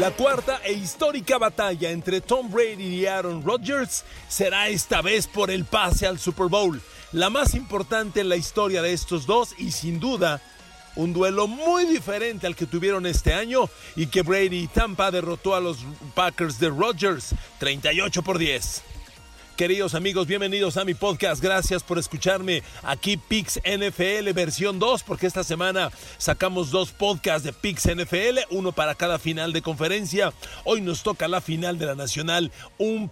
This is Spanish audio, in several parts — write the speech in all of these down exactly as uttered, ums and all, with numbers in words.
La cuarta e histórica batalla entre Tom Brady y Aaron Rodgers será esta vez por el pase al Super Bowl, la más importante en la historia de estos dos y sin duda un duelo muy diferente al que tuvieron este año y que Brady y Tampa derrotó a los Packers de Rodgers treinta y ocho por diez. Queridos amigos, bienvenidos a mi podcast. Gracias por escucharme aquí, Picks N F L versión dos, porque esta semana sacamos dos podcasts de Picks N F L, uno para cada final de conferencia. Hoy nos toca la final de la Nacional, un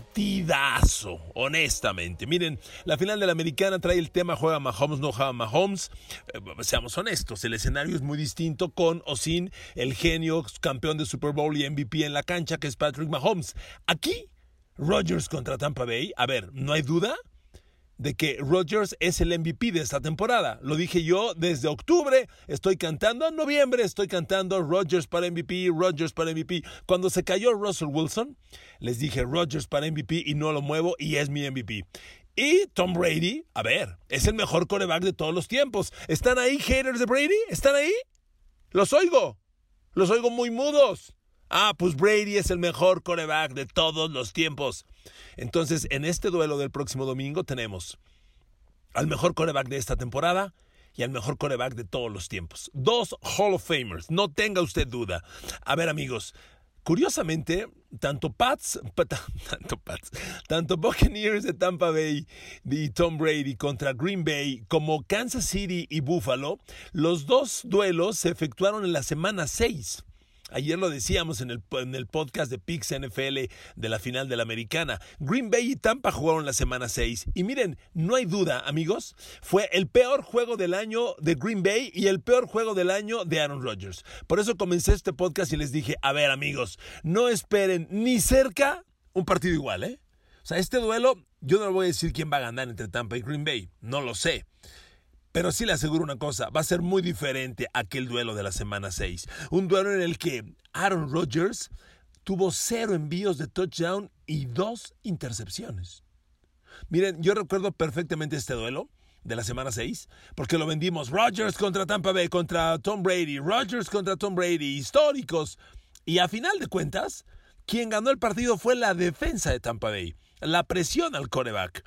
partidazo, honestamente. Miren, la final de la Americana trae el tema juega Mahomes, no juega Mahomes. Eh, seamos honestos, el escenario es muy distinto con o sin el genio campeón de Super Bowl y M V P en la cancha, que es Patrick Mahomes. Aquí Rodgers contra Tampa Bay. A ver, no hay duda de que Rodgers es el M V P de esta temporada. Lo dije yo desde octubre, estoy cantando, en noviembre estoy cantando Rodgers para M V P, Rodgers para M V P. Cuando se cayó Russell Wilson, les dije Rodgers para M V P y no lo muevo y es mi M V P. Y Tom Brady, a ver, es el mejor quarterback de todos los tiempos. ¿Están ahí haters de Brady? ¿Están ahí? Los oigo, los oigo muy mudos. Ah, pues Brady es el mejor quarterback de todos los tiempos. Entonces, en este duelo del próximo domingo tenemos al mejor quarterback de esta temporada y al mejor quarterback de todos los tiempos. Dos Hall of Famers, no tenga usted duda. A ver, amigos, curiosamente, tanto Pats, tanto Pats, tanto Buccaneers de Tampa Bay y Tom Brady contra Green Bay como Kansas City y Buffalo, los dos duelos se efectuaron en la semana seis. Ayer lo decíamos en el, en el podcast de Picks N F L de la final de la Americana. Green Bay y Tampa jugaron la semana seis. Y miren, no hay duda, amigos, fue el peor juego del año de Green Bay y el peor juego del año de Aaron Rodgers. Por eso comencé este podcast y les dije, a ver, amigos, no esperen ni cerca un partido igual, ¿eh? O sea, este duelo, yo no le voy a decir quién va a ganar entre Tampa y Green Bay. No lo sé. Pero sí le aseguro una cosa, va a ser muy diferente aquel duelo de la semana seis. Un duelo en el que Aaron Rodgers tuvo cero envíos de touchdown y dos intercepciones. Miren, yo recuerdo perfectamente este duelo de la semana seis, porque lo vendimos Rodgers contra Tampa Bay, contra Tom Brady, Rodgers contra Tom Brady, históricos. Y a final de cuentas, quien ganó el partido fue la defensa de Tampa Bay, la presión al quarterback.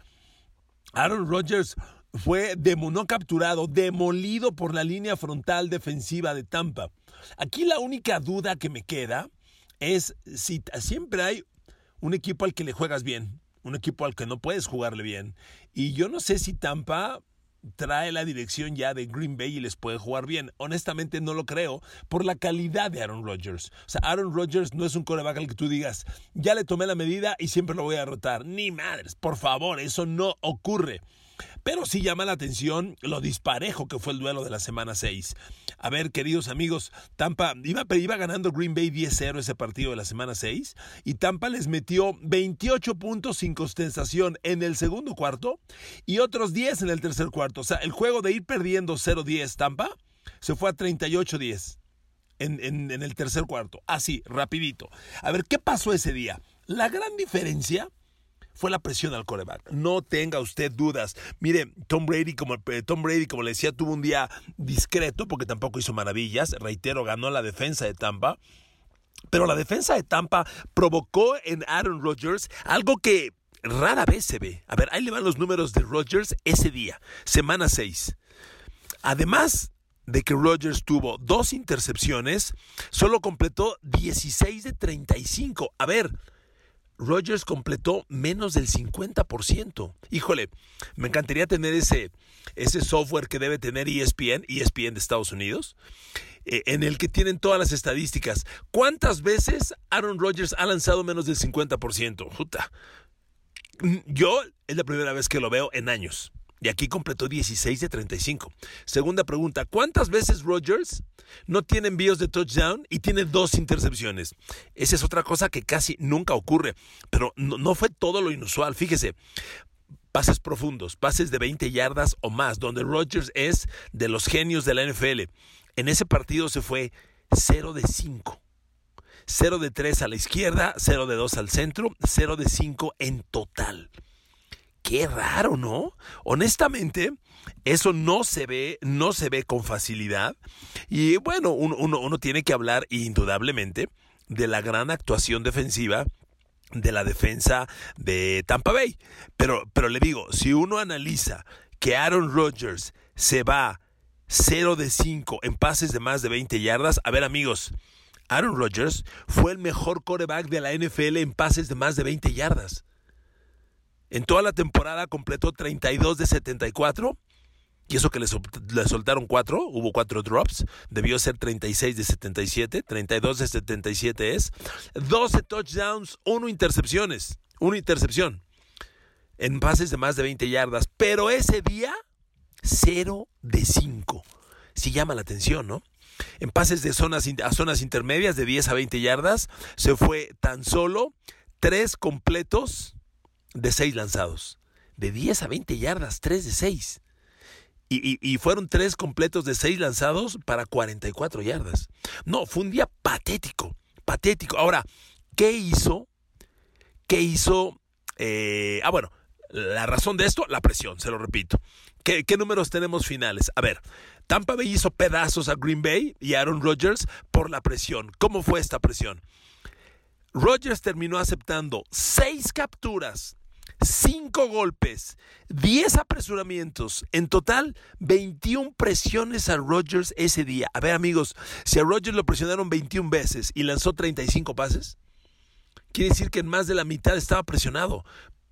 Aaron Rodgers fue demo, no capturado, demolido por la línea frontal defensiva de Tampa. Aquí la única duda que me queda es si siempre hay un equipo al que le juegas bien, un equipo al que no puedes jugarle bien. Y yo no sé si Tampa trae la dirección ya de Green Bay y les puede jugar bien. Honestamente no lo creo por la calidad de Aaron Rodgers. O sea, Aaron Rodgers no es un quarterback al que tú digas, ya le tomé la medida y siempre lo voy a derrotar. Ni madres, por favor, eso no ocurre. Pero sí llama la atención lo disparejo que fue el duelo de la semana seis. A ver, queridos amigos, Tampa iba, iba ganando Green Bay diez cero ese partido de la semana seis y Tampa les metió veintiocho puntos sin contestación en el segundo cuarto y otros diez en el tercer cuarto. O sea, el juego de ir perdiendo cero diez Tampa se fue a treinta y ocho diez en, en, en el tercer cuarto. Así, rapidito. A ver, ¿qué pasó ese día? La gran diferencia fue la presión al quarterback. No tenga usted dudas. Mire, Tom Brady, como, Tom Brady, como le decía, tuvo un día discreto porque tampoco hizo maravillas. Reitero, ganó la defensa de Tampa. Pero la defensa de Tampa provocó en Aaron Rodgers algo que rara vez se ve. A ver, ahí le van los números de Rodgers ese día, semana seis. Además de que Rodgers tuvo dos intercepciones, solo completó dieciséis de treinta y cinco. A ver, Rodgers completó menos del cincuenta por ciento. Híjole, me encantaría tener ese, ese software que debe tener E S P N, E S P N de Estados Unidos, eh, en el que tienen todas las estadísticas. ¿Cuántas veces Aaron Rodgers ha lanzado menos del cincuenta por ciento? Puta. Yo es la primera vez que lo veo en años. Y aquí completó dieciséis de treinta y cinco. Segunda pregunta, ¿cuántas veces Rodgers no tiene envíos de touchdown y tiene dos intercepciones? Esa es otra cosa que casi nunca ocurre, pero no, no fue todo lo inusual. Fíjese, pases profundos, pases de veinte yardas o más, donde Rodgers es de los genios de la N F L. En ese partido se fue cero de cinco. cero de tres a la izquierda, cero de dos al centro, cero de cinco en total. Qué raro, ¿no? Honestamente, eso no se ve, no se ve con facilidad. Y bueno, uno, uno, uno tiene que hablar indudablemente de la gran actuación defensiva de la defensa de Tampa Bay. Pero, pero le digo, si uno analiza que Aaron Rodgers se va cero de cinco en pases de más de veinte yardas, a ver amigos, Aaron Rodgers fue el mejor quarterback de la N F L en pases de más de veinte yardas. En toda la temporada completó treinta y dos de setenta y cuatro, y eso que le, sol- le soltaron cuatro, hubo cuatro drops, debió ser treinta y seis de setenta y siete, treinta y dos de setenta y siete es, doce touchdowns, uno intercepciones, una intercepción en pases de más de veinte yardas, pero ese día cero de cinco. Sí llama la atención, ¿no? En pases de zonas a zonas intermedias de diez a veinte yardas se fue tan solo tres completos de seis lanzados. De diez a veinte yardas, tres de seis. Y, y, y fueron tres completos de seis lanzados para cuarenta y cuatro yardas. No, fue un día patético, patético. Ahora, ¿qué hizo? ¿Qué hizo? Eh, ah, bueno, la razón de esto, la presión, se lo repito. ¿Qué, qué números tenemos finales? A ver, Tampa Bay hizo pedazos a Green Bay y Aaron Rodgers por la presión. ¿Cómo fue esta presión? Rodgers terminó aceptando seis capturas, cinco golpes, diez apresuramientos. En total, veintiuna presiones a Rodgers ese día. A ver, amigos, si a Rodgers lo presionaron veintiuna veces y lanzó treinta y cinco pases, quiere decir que en más de la mitad estaba presionado.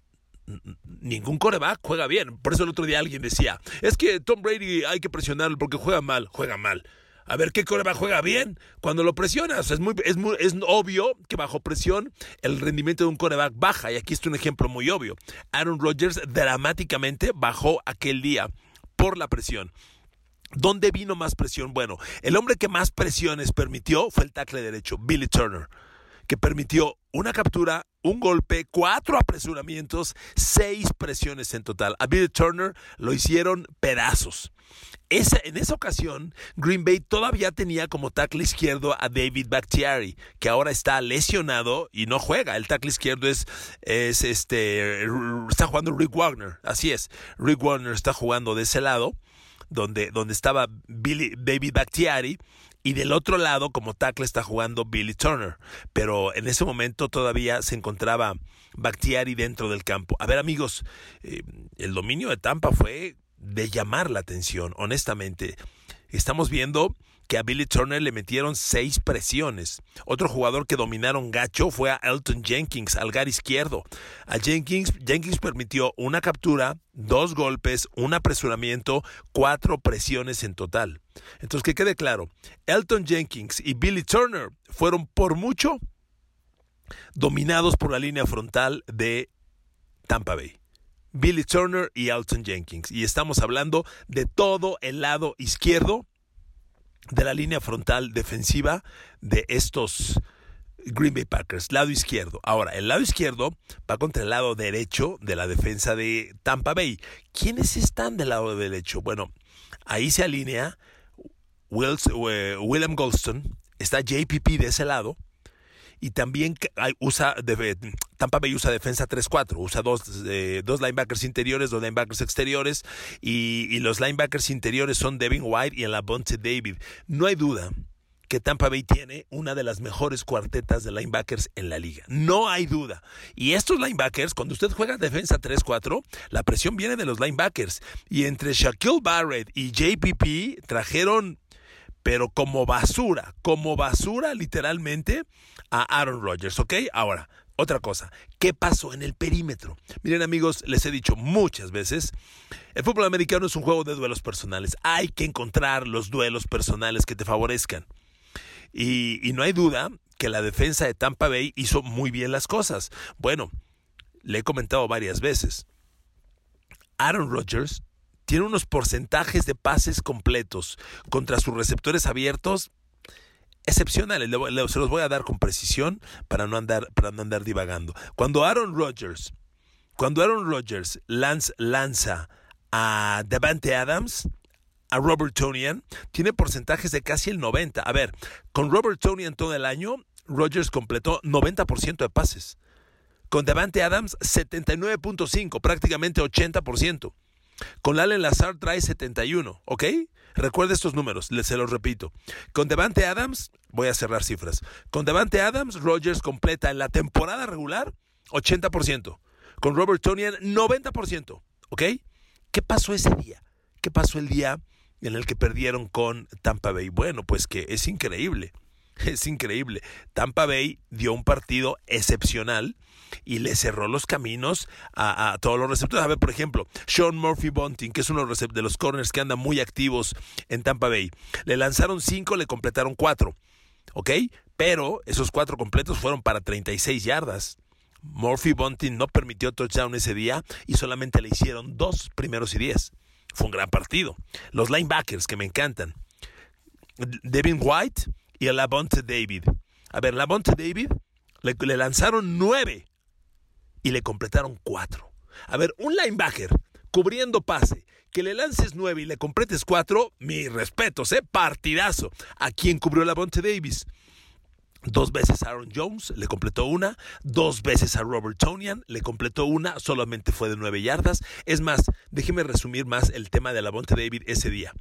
Ningún quarterback juega bien. Por eso el otro día alguien decía, es que Tom Brady hay que presionarlo porque juega mal. Juega mal. A ver, ¿qué quarterback juega bien? Cuando lo presionas, es muy, es muy, es obvio que bajo presión el rendimiento de un quarterback baja. Y aquí está un ejemplo muy obvio. Aaron Rodgers dramáticamente bajó aquel día por la presión. ¿Dónde vino más presión? Bueno, el hombre que más presiones permitió fue el tackle derecho, Billy Turner, que permitió una captura, un golpe, cuatro apresuramientos, seis presiones en total. A Billy Turner lo hicieron pedazos. Esa, en esa ocasión, Green Bay todavía tenía como tackle izquierdo a David Bakhtiari, que ahora está lesionado y no juega. El tackle izquierdo es, es este, está jugando Rick Wagner. Así es, Rick Wagner está jugando de ese lado, donde, donde estaba Billy, David Bakhtiari. Y del otro lado, como tackle, está jugando Billy Turner. Pero en ese momento todavía se encontraba Bakhtiari dentro del campo. A ver, amigos, eh, el dominio de Tampa fue de llamar la atención, honestamente. Estamos viendo que a Billy Turner le metieron seis presiones. Otro jugador que dominaron gacho fue a Elgton Jenkins, al guard izquierdo. A Jenkins, Jenkins permitió una captura, dos golpes, un apresuramiento, cuatro presiones en total. Entonces, que quede claro, Elgton Jenkins y Billy Turner fueron por mucho dominados por la línea frontal de Tampa Bay. Billy Turner y Elgton Jenkins. Y estamos hablando de todo el lado izquierdo de la línea frontal defensiva de estos Green Bay Packers, lado izquierdo. Ahora, el lado izquierdo va contra el lado derecho de la defensa de Tampa Bay. ¿Quiénes están del lado derecho? Bueno, ahí se alinea Wills, uh, William Golston, está J P P de ese lado, y también usa de, Tampa Bay usa defensa tres cuatro, usa dos, eh, dos linebackers interiores, dos linebackers exteriores, y, y los linebackers interiores son Devin White y Lavonte David. No hay duda que Tampa Bay tiene una de las mejores cuartetas de linebackers en la liga. No hay duda. Y estos linebackers, cuando usted juega defensa tres cuatro, la presión viene de los linebackers. Y entre Shaquille Barrett y J P P trajeron, pero como basura, como basura literalmente, a Aaron Rodgers, ¿ok? Ahora, otra cosa, ¿qué pasó en el perímetro? Miren, amigos, les he dicho muchas veces, el fútbol americano es un juego de duelos personales. Hay que encontrar los duelos personales que te favorezcan. Y, y no hay duda que la defensa de Tampa Bay hizo muy bien las cosas. Bueno, le he comentado varias veces, Aaron Rodgers tiene unos porcentajes de pases completos contra sus receptores abiertos excepcionales. Le, le, se los voy a dar con precisión para no andar, para no andar divagando. Cuando Aaron Rodgers, cuando Aaron Rodgers lanza, lanza a Davante Adams, a Robert Tonyan, tiene porcentajes de casi el noventa. A ver, con Robert Tonyan todo el año, Rodgers completó noventa por ciento de pases. Con Davante Adams, setenta y nueve punto cinco, prácticamente ochenta por ciento. Con Allen Lazard trae setenta y uno, ¿ok? Recuerda estos números, se los repito. Con Davante Adams, voy a cerrar cifras. Con Davante Adams, Rodgers completa en la temporada regular ochenta por ciento. Con Robert Tonyan, noventa por ciento, ¿ok? ¿Qué pasó ese día? ¿Qué pasó el día en el que perdieron con Tampa Bay? Bueno, pues que es increíble. Es increíble. Tampa Bay dio un partido excepcional y le cerró los caminos a, a todos los receptores. A ver, por ejemplo, Sean Murphy-Bunting, que es uno de los corners que andan muy activos en Tampa Bay. Le lanzaron cinco, le completaron cuatro, ¿ok? Pero esos cuatro completos fueron para treinta y seis yardas. Murphy-Bunting no permitió touchdown ese día y solamente le hicieron dos primeros y diez. Fue un gran partido. Los linebackers que me encantan. Devin White y a Lavonte David. A ver, Lavonte David le, le lanzaron nueve y le completaron cuatro. A ver, un linebacker cubriendo pase, que le lances nueve y le completes cuatro, mis respetos, ¿eh? Partidazo. ¿A quién cubrió Lavonte Davis? Dos veces a Aaron Jones, le completó una. Dos veces a Robert Tonyan, le completó una. Solamente fue de nueve yardas. Es más, déjeme resumir más el tema de Lavonte David ese día.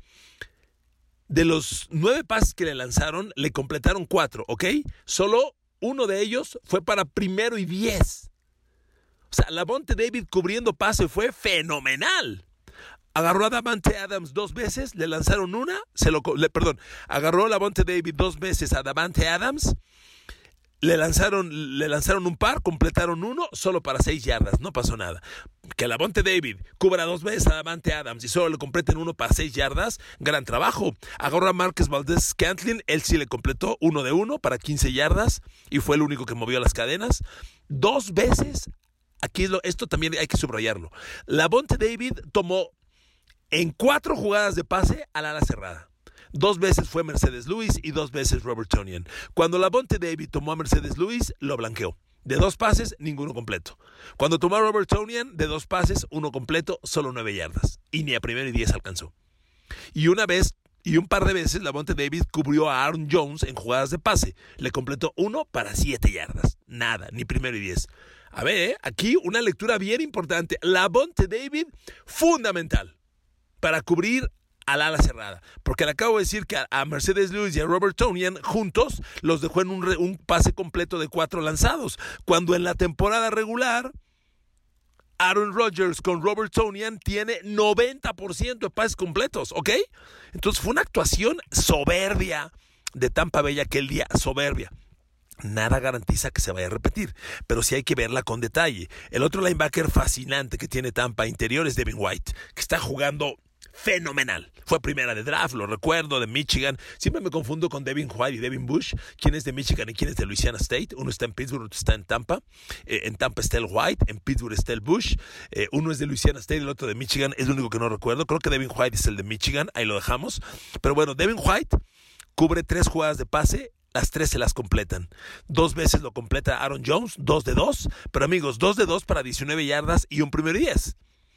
De los nueve pases que le lanzaron, le completaron cuatro, ¿ok? Solo uno de ellos fue para primero y diez. O sea, Lavonte David cubriendo pase fue fenomenal. Agarró a Davante Adams dos veces, le lanzaron una, se lo, le, perdón, agarró a Lavonte David dos veces a Davante Adams, le lanzaron, le lanzaron un par, completaron uno, solo para seis yardas, no pasó nada. Que Lavonte David cubra dos veces a Davante Adams y solo le completen uno para seis yardas, gran trabajo. Agarró a Marquez Valdes-Scantling, él sí le completó uno de uno para quince yardas y fue el único que movió las cadenas. Dos veces, aquí lo, esto también hay que subrayarlo, Lavonte David tomó en cuatro jugadas de pase al ala cerrada. Dos veces fue Mercedes Lewis y dos veces Robert Tonyan. Cuando Lavonte David tomó a Mercedes Lewis, lo blanqueó. De dos pases, ninguno completo. Cuando tomó a Robert Tonyan, de dos pases, uno completo, solo nueve yardas. Y ni a primero y diez alcanzó. Y una vez, y un par de veces, Lavonte David cubrió a Aaron Jones en jugadas de pase. Le completó uno para siete yardas. Nada, ni primero y diez. A ver, ¿eh? Aquí una lectura bien importante. Lavonte David, fundamental para cubrir al ala cerrada, porque le acabo de decir que a Mercedes Lewis y a Robert Tonyan juntos los dejó en un, re, un pase completo de cuatro lanzados, cuando en la temporada regular Aaron Rodgers con Robert Tonyan tiene noventa por ciento de pases completos, ¿ok? Entonces fue una actuación soberbia de Tampa Bay aquel día, soberbia. Nada garantiza que se vaya a repetir, pero sí hay que verla con detalle. El otro linebacker fascinante que tiene Tampa interior es Devin White, que está jugando fenomenal. Fue primera de draft, lo recuerdo, de Michigan. Siempre me confundo con Devin White y Devin Bush. ¿Quién es de Michigan y quién es de Louisiana State? Uno está en Pittsburgh, otro está en Tampa. Eh, en Tampa está el White, en Pittsburgh está el Bush. Eh, uno es de Louisiana State, el otro de Michigan. Es lo único que no recuerdo. Creo que Devin White es el de Michigan. Ahí lo dejamos. Pero bueno, Devin White cubre tres jugadas de pase. Las tres se las completan. Dos veces lo completa Aaron Jones, dos de dos. Pero amigos, dos de dos para diecinueve yardas y un primero y diez.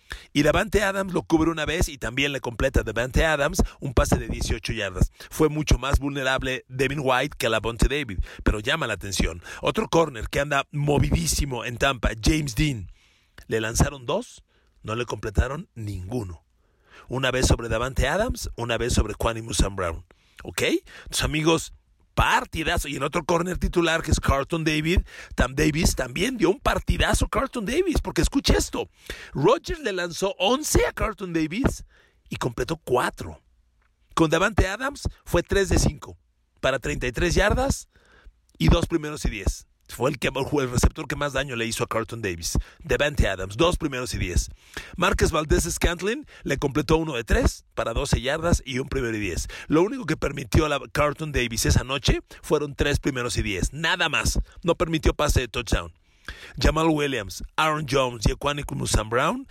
Y Davante Adams lo cubre una vez y también le completa a Davante Adams un pase de dieciocho yardas. Fue mucho más vulnerable Devin White que Lavonte David, pero llama la atención. Otro corner que anda movidísimo en Tampa, James Dean. Le lanzaron dos, no le completaron ninguno. Una vez sobre Davante Adams, una vez sobre Quanimus Sam Brown. ¿Ok? Entonces, amigos, partidazo. Y el otro corner titular, que es Carlton David, Tam Davis, también dio un partidazo Carlton Davis, porque escucha esto, Rodgers le lanzó once a Carlton Davis y completó cuatro. Con Davante Adams fue tres de cinco para treinta y tres yardas y dos primeros y diez. Fue el, que, el receptor que más daño le hizo a Carlton Davis. Davante Adams, dos primeros y diez. Marquez Valdes-Scantling le completó uno de tres para doce yardas y un primero y diez. Lo único que permitió a Carlton Davis esa noche fueron tres primeros y diez. Nada más. No permitió pase de touchdown. Jamal Williams, Aaron Jones y Quanimus Sam Brown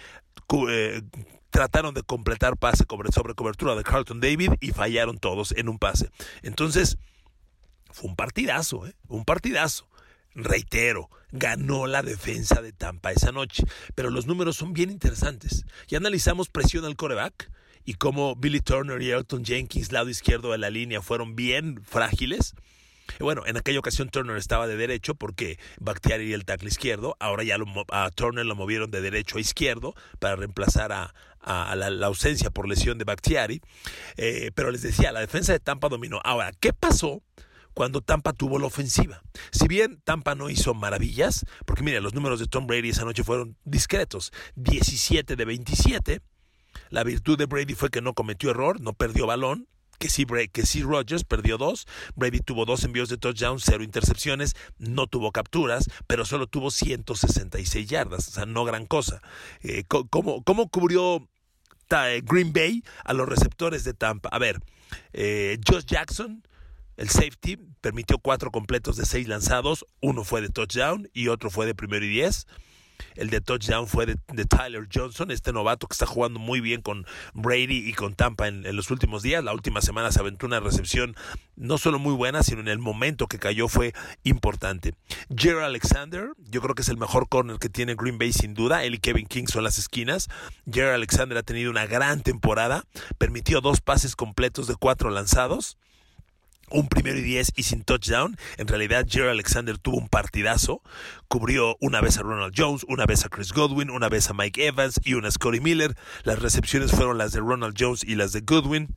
eh, trataron de completar pase sobre cobertura de Carlton David y fallaron todos en un pase. Entonces, fue un partidazo, ¿eh? Un partidazo. Reitero, ganó la defensa de Tampa esa noche, pero los números son bien interesantes. Ya analizamos presión al quarterback y cómo Billy Turner y Elgton Jenkins, lado izquierdo de la línea, fueron bien frágiles. Bueno, en aquella ocasión Turner estaba de derecho porque Bakhtiari era el tackle izquierdo. Ahora ya lo, a Turner lo movieron de derecho a izquierdo para reemplazar a, a, a la, la ausencia por lesión de Bakhtiari. Eh, pero les decía, la defensa de Tampa dominó. Ahora, ¿qué pasó cuando Tampa tuvo la ofensiva? Si bien Tampa no hizo maravillas, porque mira, los números de Tom Brady esa noche fueron discretos. diecisiete de veintisiete. La virtud de Brady fue que no cometió error, no perdió balón. Que sí, que sí Rodgers perdió dos. Brady tuvo dos envíos de touchdown, cero intercepciones, no tuvo capturas, pero solo tuvo ciento sesenta y seis yardas, o sea, no gran cosa. Eh, ¿cómo, ¿Cómo cubrió Green Bay a los receptores de Tampa? A ver, eh, Josh Jackson, el safety, permitió cuatro completos de seis lanzados, uno fue de touchdown y otro fue de primero y diez. El de touchdown fue de, de Tyler Johnson, este novato que está jugando muy bien con Brady y con Tampa en, en los últimos días. La última semana se aventó una recepción no solo muy buena, sino en el momento que cayó fue importante. Jaire Alexander, yo creo que es el mejor corner que tiene Green Bay sin duda. Él y Kevin King son las esquinas. Jaire Alexander ha tenido una gran temporada, permitió dos pases completos de cuatro lanzados, un primero y diez y sin touchdown. En realidad, Jaire Alexander tuvo un partidazo. Cubrió una vez a Ronald Jones, una vez a Chris Godwin, una vez a Mike Evans y una a Scotty Miller. Las recepciones fueron las de Ronald Jones y las de Godwin.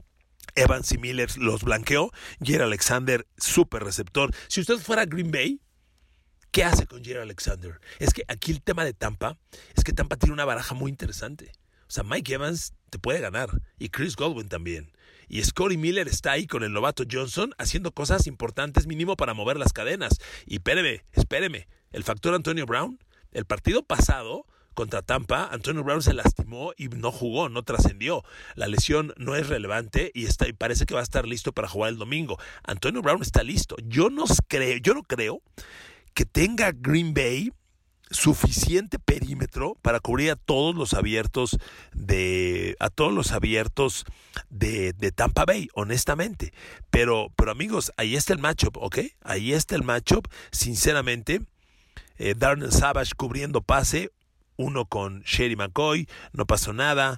Evans y Miller los blanqueó. Jaire Alexander, súper receptor. Si usted fuera a Green Bay, ¿qué hace con Jaire Alexander? Es que aquí el tema de Tampa es que Tampa tiene una baraja muy interesante. O sea, Mike Evans te puede ganar y Chris Godwin también. Y Scotty Miller está ahí con el novato Johnson haciendo cosas importantes mínimo para mover las cadenas. Y espéreme, espéreme, el factor Antonio Brown, el partido pasado contra Tampa, Antonio Brown se lastimó y no jugó, no trascendió. La lesión no es relevante y, está, y parece que va a estar listo para jugar el domingo. Antonio Brown está listo. Yo no creo, yo no creo que tenga Green Bay suficiente perímetro para cubrir a todos los abiertos de a todos los abiertos de, de Tampa Bay, honestamente. Pero, pero amigos, ahí está el matchup, ¿ok? Ahí está el matchup. Sinceramente, eh, Darnell Savage cubriendo pase, uno con Shady McCoy, no pasó nada.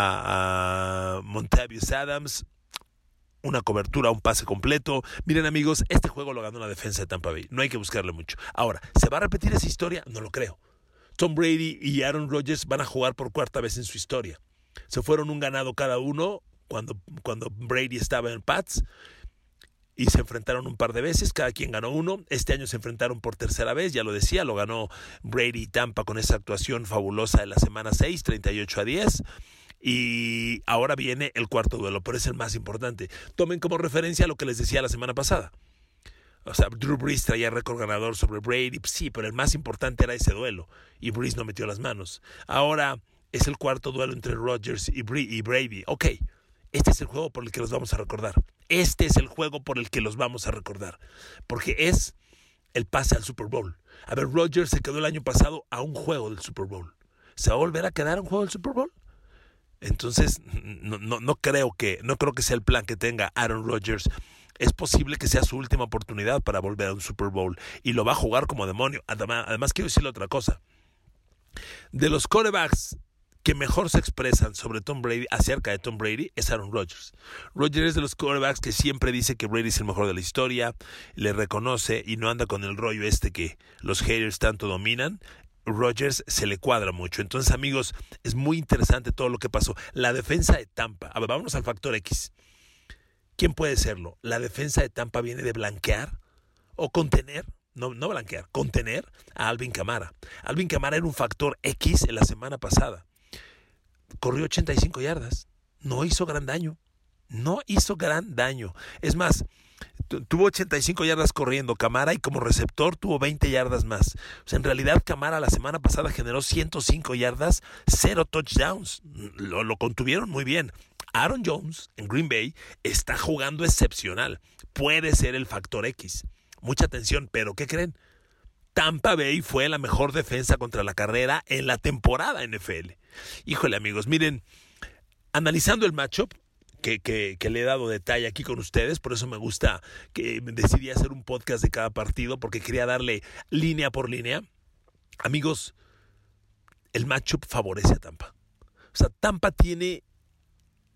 A, a Montavious Adams, una cobertura, un pase completo. Miren amigos, este juego lo ganó la defensa de Tampa Bay. No hay que buscarle mucho. Ahora, ¿se va a repetir esa historia? No lo creo. Tom Brady y Aaron Rodgers van a jugar por cuarta vez en su historia. Se fueron un ganado cada uno cuando, cuando Brady estaba en Pats y se enfrentaron un par de veces, cada quien ganó uno. Este año se enfrentaron por tercera vez, ya lo decía, lo ganó Brady y Tampa con esa actuación fabulosa de la semana seis, treinta y ocho a diez. Y ahora viene el cuarto duelo, pero es el más importante. Tomen como referencia lo que les decía la semana pasada. O sea, Drew Brees traía récord ganador sobre Brady, sí, pero el más importante era ese duelo. Y Brees no metió las manos. Ahora es el cuarto duelo entre Rodgers y Brady. Ok, este es el juego por el que los vamos a recordar. Este es el juego por el que los vamos a recordar. Porque es el pase al Super Bowl. A ver, Rodgers se quedó el año pasado a un juego del Super Bowl. ¿Se va a volver a quedar a un juego del Super Bowl? Entonces, no, no, no, creo que, no creo que sea el plan que tenga Aaron Rodgers. Es posible que sea su última oportunidad para volver a un Super Bowl. Y lo va a jugar como demonio. Además, además quiero decirle otra cosa. De los quarterbacks que mejor se expresan sobre Tom Brady, acerca de Tom Brady, es Aaron Rodgers. Rodgers es de los quarterbacks que siempre dice que Brady es el mejor de la historia, le reconoce y no anda con el rollo este que los haters tanto dominan. Rodgers se le cuadra mucho. Entonces, amigos, es muy interesante todo lo que pasó. La defensa de Tampa, a ver, vámonos al factor X. ¿Quién puede serlo? La defensa de Tampa viene de blanquear o contener, no, no blanquear, contener a Alvin Kamara. Alvin Kamara era un factor X en la semana pasada. Corrió ochenta y cinco yardas. No hizo gran daño. No hizo gran daño. Es más, tuvo ochenta y cinco yardas corriendo Kamara y como receptor tuvo veinte yardas más. O sea, en realidad Kamara la semana pasada generó ciento cinco yardas, cero touchdowns. Lo, lo contuvieron muy bien. Aaron Jones en Green Bay está jugando excepcional. Puede ser el factor X. Mucha atención, pero ¿qué creen? Tampa Bay fue la mejor defensa contra la carrera en la temporada N F L. Híjole amigos, miren, analizando el matchup, Que, que, que le he dado detalle aquí con ustedes, por eso me gusta que decidí hacer un podcast de cada partido, porque quería darle línea por línea. Amigos, el matchup favorece a Tampa. O sea, Tampa tiene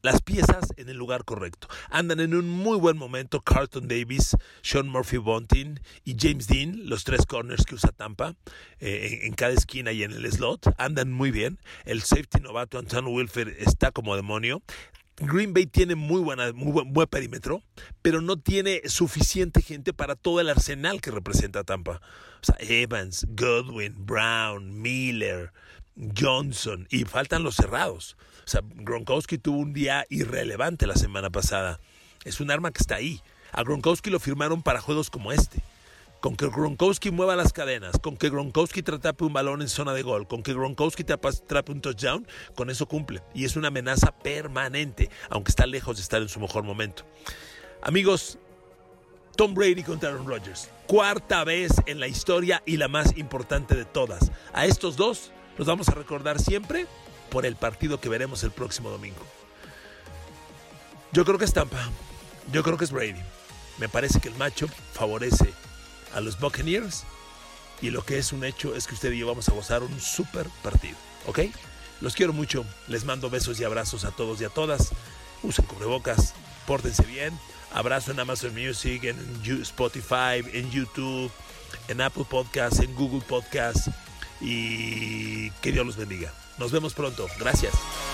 las piezas en el lugar correcto. Andan en un muy buen momento Carlton Davis, Sean Murphy-Bunting y James Dean, los tres corners que usa Tampa, eh, en, en cada esquina y en el slot. Andan muy bien. El safety novato Antoine Wilford está como demonio. Green Bay tiene muy, buena, muy buen, buen perímetro, pero no tiene suficiente gente para todo el arsenal que representa Tampa. O sea, Evans, Godwin, Brown, Miller, Johnson, y faltan los cerrados. O sea, Gronkowski tuvo un día irrelevante la semana pasada. Es un arma que está ahí. A Gronkowski lo firmaron para juegos como este. Con que Gronkowski mueva las cadenas, con que Gronkowski te atrape un balón en zona de gol, con que Gronkowski te atrape un touchdown, con eso cumple. Y es una amenaza permanente, aunque está lejos de estar en su mejor momento. Amigos, Tom Brady contra Aaron Rodgers. Cuarta vez en la historia y la más importante de todas. A estos dos los vamos a recordar siempre por el partido que veremos el próximo domingo. Yo creo que es Tampa. Yo creo que es Brady. Me parece que el matchup favorece a los Buccaneers, y lo que es un hecho es que usted y yo vamos a gozar un super partido, ¿ok? Los quiero mucho, les mando besos y abrazos a todos y a todas. Usen cubrebocas, pórtense bien. Abrazo en Amazon Music, en Spotify, en YouTube, en Apple Podcasts, en Google Podcasts, y que Dios los bendiga. Nos vemos pronto. Gracias.